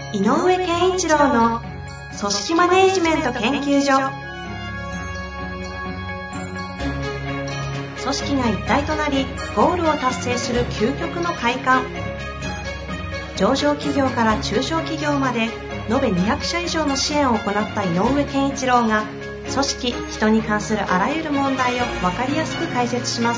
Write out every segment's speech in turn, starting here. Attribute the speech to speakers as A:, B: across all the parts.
A: 井上健一郎の組織マネジメント研究所。組織が一体となりゴールを達成する究極の快感。上場企業から中小企業まで延べ200社以上の支援を行った井上健一郎が、組織・人に関するあらゆる問題を分かりやすく解説します。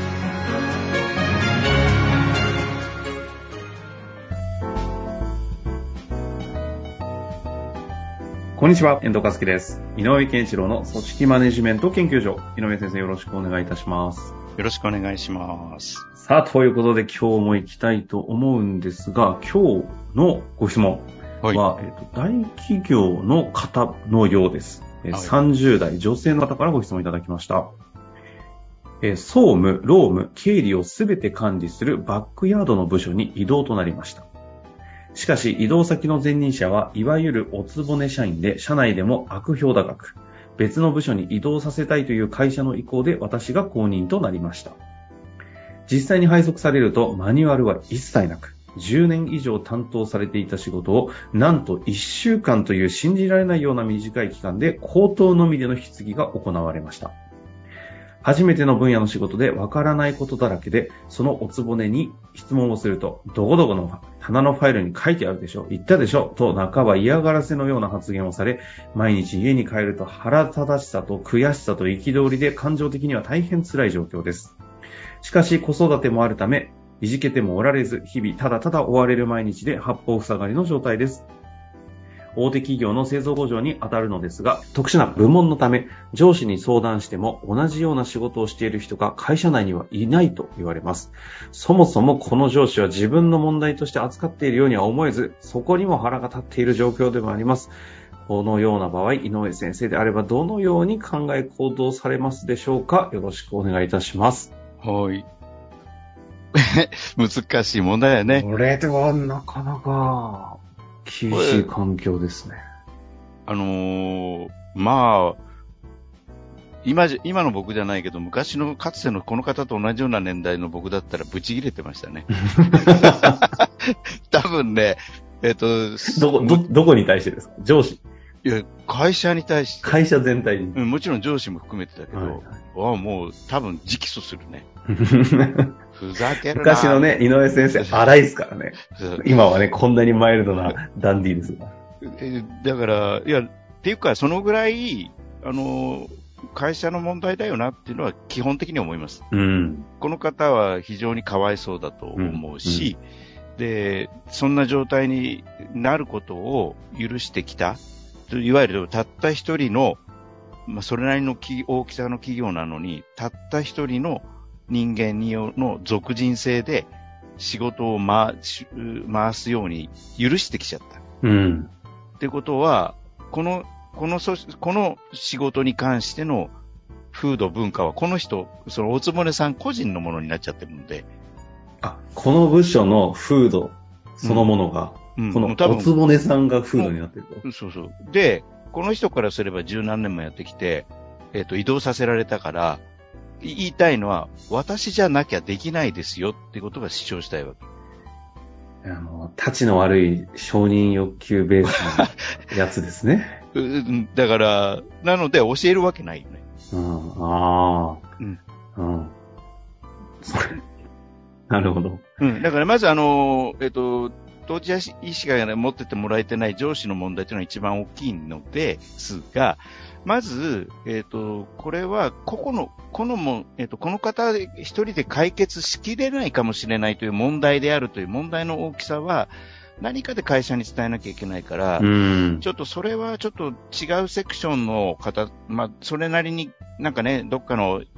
B: こんにちは、遠藤和樹です。井上健一郎の組織マネジメント研究所。井上先生、よろしくお願いいたします。
C: よろしくお願いします。
B: さあ、ということで今日も行きたいと思うんですが、今日のご質問は、大企業の方のようです。30代女性の方からご質問いただきました。総務、労務、経理をすべて管理するバックヤードの部署に異動となりました。しかし、異動先の前任者はいわゆるおつぼね社員で、社内でも悪評高く、別の部署に異動させたいという会社の意向で私が後任となりました。実際に配属されるとマニュアルは一切なく、10年以上担当されていた仕事をなんと1週間という信じられないような短い期間で口頭のみでの引き継ぎが行われました。初めての分野の仕事でわからないことだらけで、そのおつぼねに質問をすると、どこどこの棚のファイルに書いてあるでしょ、言ったでしょと半ば嫌がらせのような発言をされ、毎日家に帰ると腹立たしさと悔しさと憤りで感情的には大変辛い状況です。しかし子育てもあるため、いじけてもおられず、日々ただただ追われる毎日で八方塞がりの状態です。大手企業の製造工場に当たるのですが、特殊な部門のため、上司に相談しても同じような仕事をしている人が会社内にはいないと言われます。そもそもこの上司は自分の問題として扱っているようには思えず、そこにも腹が立っている状況でもあります。このような場合、井上先生であればどのように考え行動されますでしょうか。よろしくお願いいたします。
C: はい。難しい問題だよね。
B: これではなかなか厳しい環境ですね。
C: まあ、今の僕じゃないけど、昔のかつてのこの方と同じような年代の僕だったらブチ切れてましたね。多分ね、
B: どこに対してですか？上司？
C: いや、会社に対して。
B: 会社全体に。
C: もちろん上司も含めてだけど、もう多分直訴するね。ふざけるな。
B: 昔のね、井上先生、荒いですからね。今はね、こんなにマイルドなダンディーですが。
C: だから、いや、っていうか、そのぐらい、会社の問題だよなっていうのは基本的に思います。
B: うん、こ
C: の方は非常にかわいそうだと思うし、で、そんな状態になることを許してきた。いわゆるたった一人の、それなりの大きさの企業なのに、たった一人の人間の属人性で仕事を回すように許してきちゃった。ってことは、この仕事に関しての風土文化はこの人、そのおつぼねさん個人のものになっちゃってるので。
B: この部署の風土そのものが、このおつぼねさんが風土になってると。
C: そうそう。で、この人からすれば十何年もやってきて、移動させられたから、言いたいのは、私じゃなきゃできないですよってことが主張したいわけ。
B: たちの悪い承認欲求ベースのやつですね。
C: だから、なので教えるわけないよね。
B: なるほど。
C: だからまず当事者意識が持っててもらえてない上司の問題というのは一番大きいのですが、まず、これはこの方一人で解決しきれないかもしれないという問題であるという問題の大きさは、何かで会社に伝えなきゃいけないから、ちょっとそれはちょっと違うセクションの方、それなりになんかね、どっかの、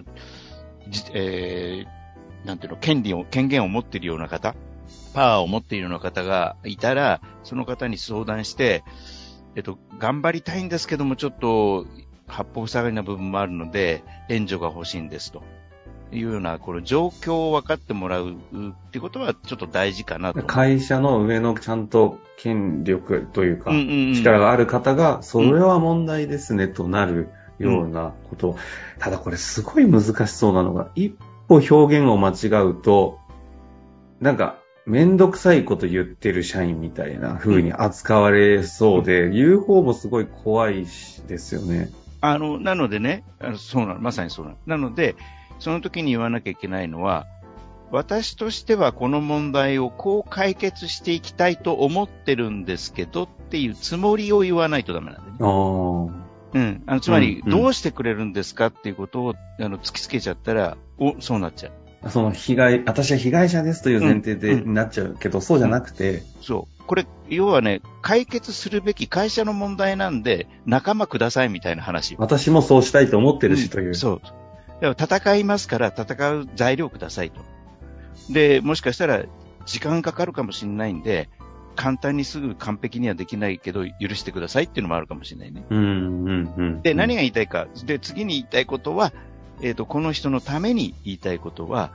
C: なんていうの、権限を持っているような方、パワーを持っているような方がいたら、その方に相談して、頑張りたいんですけども、ちょっと八方塞がりな部分もあるので、援助が欲しいんですというような、この状況を分かってもらうってことはちょっと大事かなと。
B: 会社の上のちゃんと権力というか、力がある方が、それは問題ですねとなるようなこと。ただこれすごい難しそうなのが、一歩表現を間違うと、なんか、 めんどくさいこと言ってる社員みたいな風に扱われそうで、言う方もすごい怖いですよね。
C: なのでね、そうなの、まさにそうなの。なので、その時に言わなきゃいけないのは、私としてはこの問題をこう解決していきたいと思ってるんですけどっていうつもりを言わないとダメなんでね。つまり、どうしてくれるんですかっていうことを突きつけちゃったら、そうなっちゃう。
B: 私は被害者ですという前提でなっちゃうけど、そうじゃなくて。
C: そう。これ、要はね、解決するべき会社の問題なんで、仲間くださいみたいな話。
B: 私もそうしたいと思ってるしという。
C: そう。だから戦いますから、戦う材料くださいと。で、もしかしたら、時間かかるかもしれないんで、簡単にすぐ完璧にはできないけど、許してくださいっていうのもあるかもしれないね。で、何が言いたいか。で、次に言いたいことは、この人のために言いたいことは、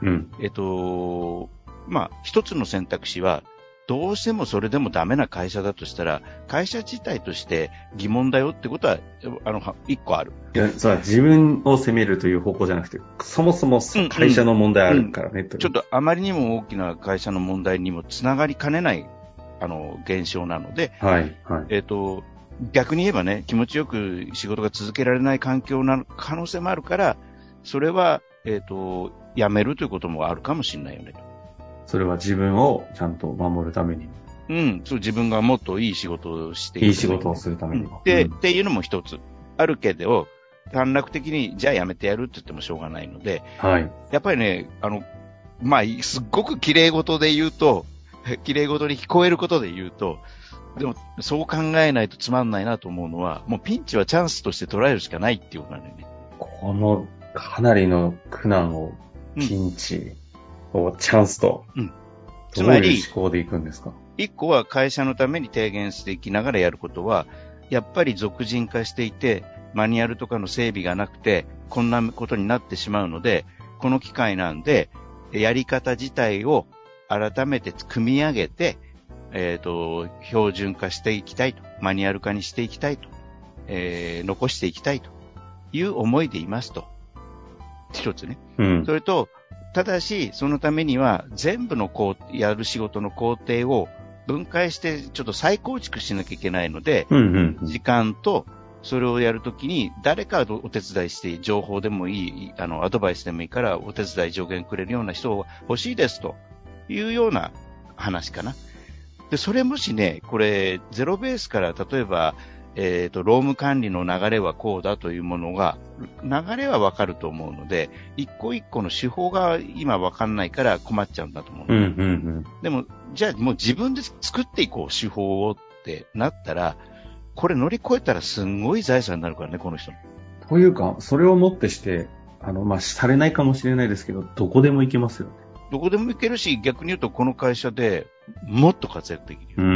C: 一つの選択肢は、どうしてもそれでもダメな会社だとしたら、会社自体として疑問だよってことは、一個ある。
B: いや、そう、自分を責めるという方向じゃなくて、そもそも会社の問題あるからね、
C: ちょっとあまりにも大きな会社の問題にもつながりかねない、現象なので、逆に言えばね、気持ちよく仕事が続けられない環境な可能性もあるから、それは、やめるということもあるかもしれないよね。
B: それは自分をちゃんと守るために。
C: そう、自分がもっといい仕事をしていく。
B: いい仕事をするためにも。
C: っていうのも一つ。あるけど、短絡的に、じゃあやめてやるって言ってもしょうがないので、やっぱりね、すっごく綺麗事で言うと、綺麗事に聞こえることで言うと、でも、そう考えないとつまんないなと思うのは、もうピンチはチャンスとして捉えるしかないっていうことなんだよね。
B: この、かなりの苦難を、ピンチをチャンスと、つまり、どういう思考でいくんですか？
C: 一個は会社のために提言していきながらやることは、やっぱり俗人化していて、マニュアルとかの整備がなくて、こんなことになってしまうので、この機会なんで、やり方自体を改めて組み上げて、標準化していきたいと、マニュアル化にしていきたいと、残していきたいという思いでいますと。一つね。それと、ただし、そのためには全部のやる仕事の工程を分解してちょっと再構築しなきゃいけないので、時間とそれをやるときに誰かお手伝いして、情報でもいい、アドバイスでもいいからお手伝い助言くれるような人が欲しいですというような話かな。で、それもしね、これゼロベースから例えば、労務管理の流れはこうだというものが、流れはわかると思うので、一個一個の手法が今わかんないから困っちゃうんだと思う。でも、じゃあもう自分で作っていこう、手法をってなったら、これ乗り越えたらすんごい財産になるからね、この人。
B: というか、それをもってして、されないかもしれないですけど、どこでも行けますよね。
C: どこでも行けるし、逆に言うとこの会社でもっと活躍できる。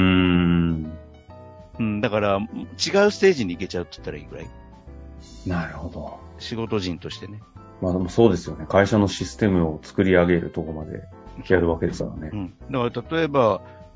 C: だから、違うステージに行けちゃうって言ったらいいぐらい。
B: なるほど。
C: 仕事人としてね。
B: でもそうですよね。会社のシステムを作り上げるところまでやるわけですからね。
C: だから例えば、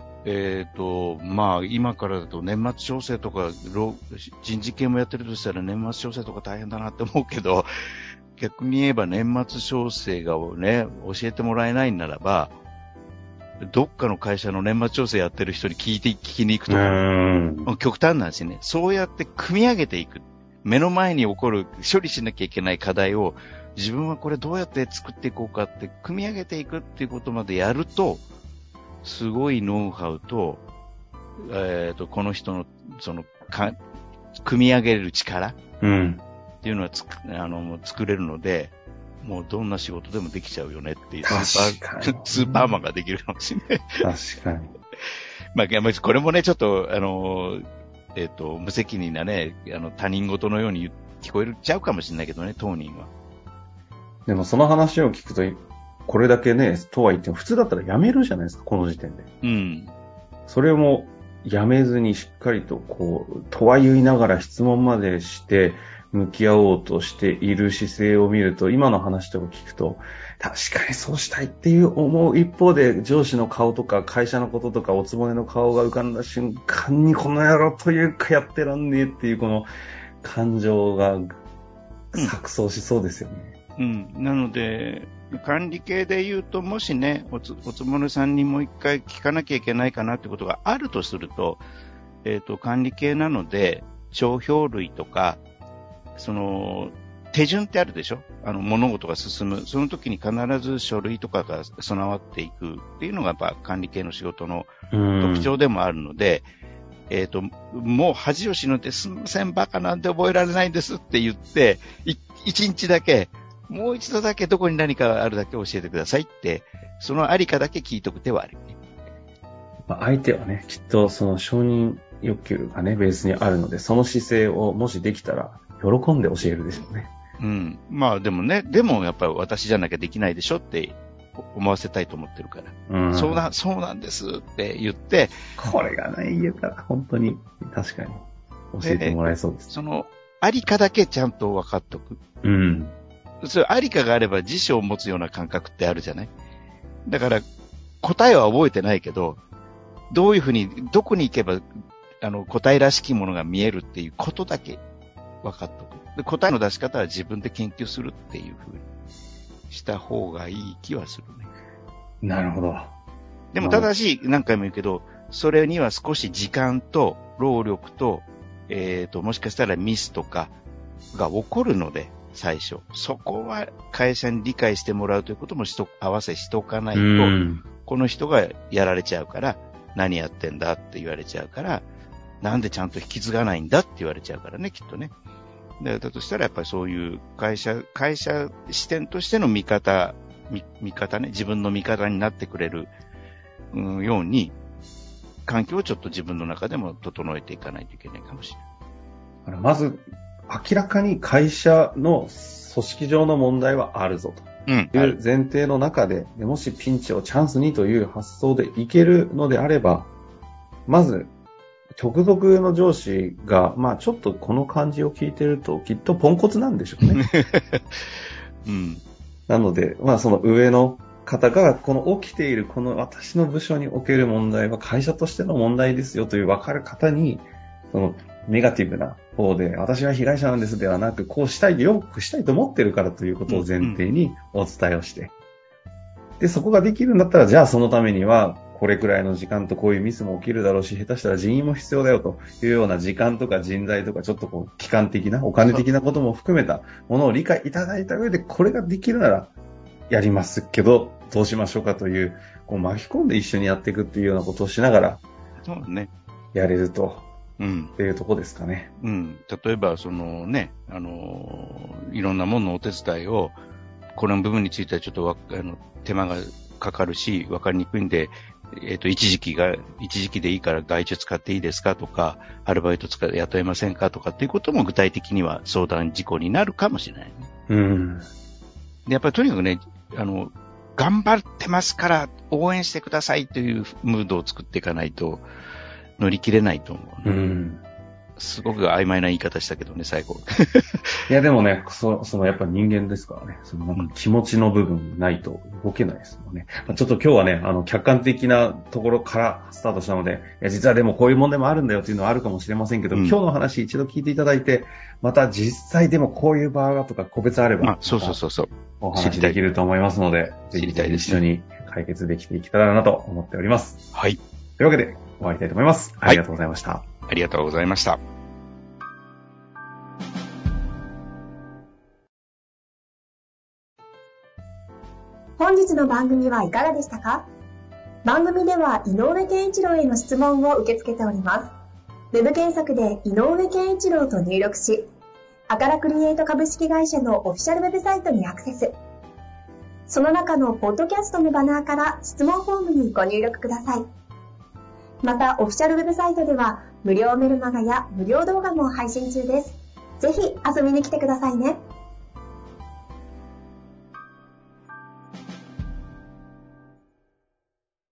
C: 今からだと年末調整とか、人事系もやってるとしたら年末調整とか大変だなって思うけど、逆に言えば年末調整がね、教えてもらえないならば、どっかの会社の年末調整やってる人に聞きに行くとか、極端なんですよね。そうやって組み上げていく。目の前に起こる処理しなきゃいけない課題を自分はこれどうやって作っていこうかって組み上げていくっていうことまでやると、すごいノウハウと、この人の組み上げる力っていうのは作れるので、もうどんな仕事でもできちゃうよねっていうスーパーマンができるかもしれない。
B: 確かに。
C: これもね、ちょっと、無責任なね、他人事のように聞こえちゃうかもしれないけどね、当人は。
B: でもその話を聞くと、これだけね、とは言っても、普通だったら辞めるじゃないですか、この時点で。それも辞めずにしっかりととは言いながら質問までして、向き合おうとしている姿勢を見ると、今の話とか聞くと、確かにそうしたいっていう思う一方で、上司の顔とか会社のこととかおつぼねの顔が浮かんだ瞬間に、この野郎というかやってらんねえっていうこの感情が錯綜しそうですよね。
C: なので、 管理系で言うと、もしね、おつもねさんにもう一回聞かなきゃいけないかなってことがあるとすると、管理系なので、帳票類とか、手順ってあるでしょ？物事が進む。その時に必ず書類とかが備わっていくっていうのがやっぱ管理系の仕事の特徴でもあるので、もう恥を忍んですみません、バカなんで覚えられないんですって言って、一日だけ、もう一度だけどこに何かあるだけ教えてくださいって、そのありかだけ聞いとく手はあるよね。
B: 相手はね、きっとその承認欲求がね、ベースにあるので、その姿勢をもしできたら、喜んで教えるでしょうね。
C: うん。まあでもね、でもやっぱり私じゃなきゃできないでしょって思わせたいと思ってるから。そうなんですって言って。
B: これがね、言えたら本当に、確かに教えてもらえそうです。
C: その、ありかだけちゃんと分かっとく。
B: うん。
C: それありかがあれば辞書を持つような感覚ってあるじゃない？だから、答えは覚えてないけど、どういうふうに、どこに行けば、答えらしきものが見えるっていうことだけ分かっとく。で、答えの出し方は自分で研究するっていうふうにした方がいい気はするね。
B: なるほど。
C: でもただし、何回も言うけど、それには少し時間と労力と、もしかしたらミスとかが起こるので、最初。そこは会社に理解してもらうということも合わせしておかないと、この人がやられちゃうから、何やってんだって言われちゃうから、なんでちゃんと引き継がないんだって言われちゃうからね、きっとね。だとしたらやっぱりそういう会社視点としての見方ね、自分の味方になってくれる、ように、環境をちょっと自分の中でも整えていかないといけないかもしれない。
B: まず、明らかに会社の組織上の問題はあるぞという前提の中で、もしピンチをチャンスにという発想でいけるのであれば、まず、直属の上司が、ちょっとこの感じを聞いてると、きっとポンコツなんでしょうね。
C: うん。
B: なので、その上の方が、この起きている、この私の部署における問題は会社としての問題ですよという分かる方に、そのネガティブな方で、私は被害者なんですではなく、こうしたい、よくしたいと思ってるからということを前提にお伝えをして。で、そこができるんだったら、じゃあそのためには、これくらいの時間とこういうミスも起きるだろうし、下手したら人員も必要だよというような時間とか人材とかちょっと期間的な、お金的なことも含めたものを理解いただいた上で、これができるならやりますけど、どうしましょうかという、巻き込んで一緒にやっていくっていうようなことをしながら、
C: そうね。
B: やれると。っていうとこですかね。
C: 例えば、いろんなもののお手伝いを、この部分についてはちょっと手間がかかるし、わかりにくいんで、一時期でいいから外注使っていいですかとか、アルバイト雇えませんかとかっていうことも具体的には相談事項になるかもしれないね。で、やっぱりとにかくね、頑張ってますから応援してくださいというムードを作っていかないと乗り切れないと思う、すごく曖昧な言い方したけどね、最後。
B: いや、でもね、やっぱ人間ですからね、気持ちの部分ないと動けないですもんね。ちょっと今日はね、客観的なところからスタートしたので、いや、実はでもこういう問題もあるんだよっていうのはあるかもしれませんけど、今日の話一度聞いていただいて、また実際でもこういう場合がとか個別あれば、
C: そう。
B: お話できると思いますので、ぜひ一緒に解決できていけたらなと思っております。
C: はい。
B: というわけで、終わりたいと思います。ありがとうございました。
C: ありがとうございました。
A: 本日の番組はいかがでしたか？番組では井上健一郎への質問を受け付けております。ウェブ検索で井上健一郎と入力し、アカラクリエイト株式会社のオフィシャルウェブサイトにアクセス。その中のポッドキャストのバナーから質問フォームにご入力ください。また、オフィシャルウェブサイトでは無料メルマガや無料動画も配信中です。ぜひ遊びに来てくださいね。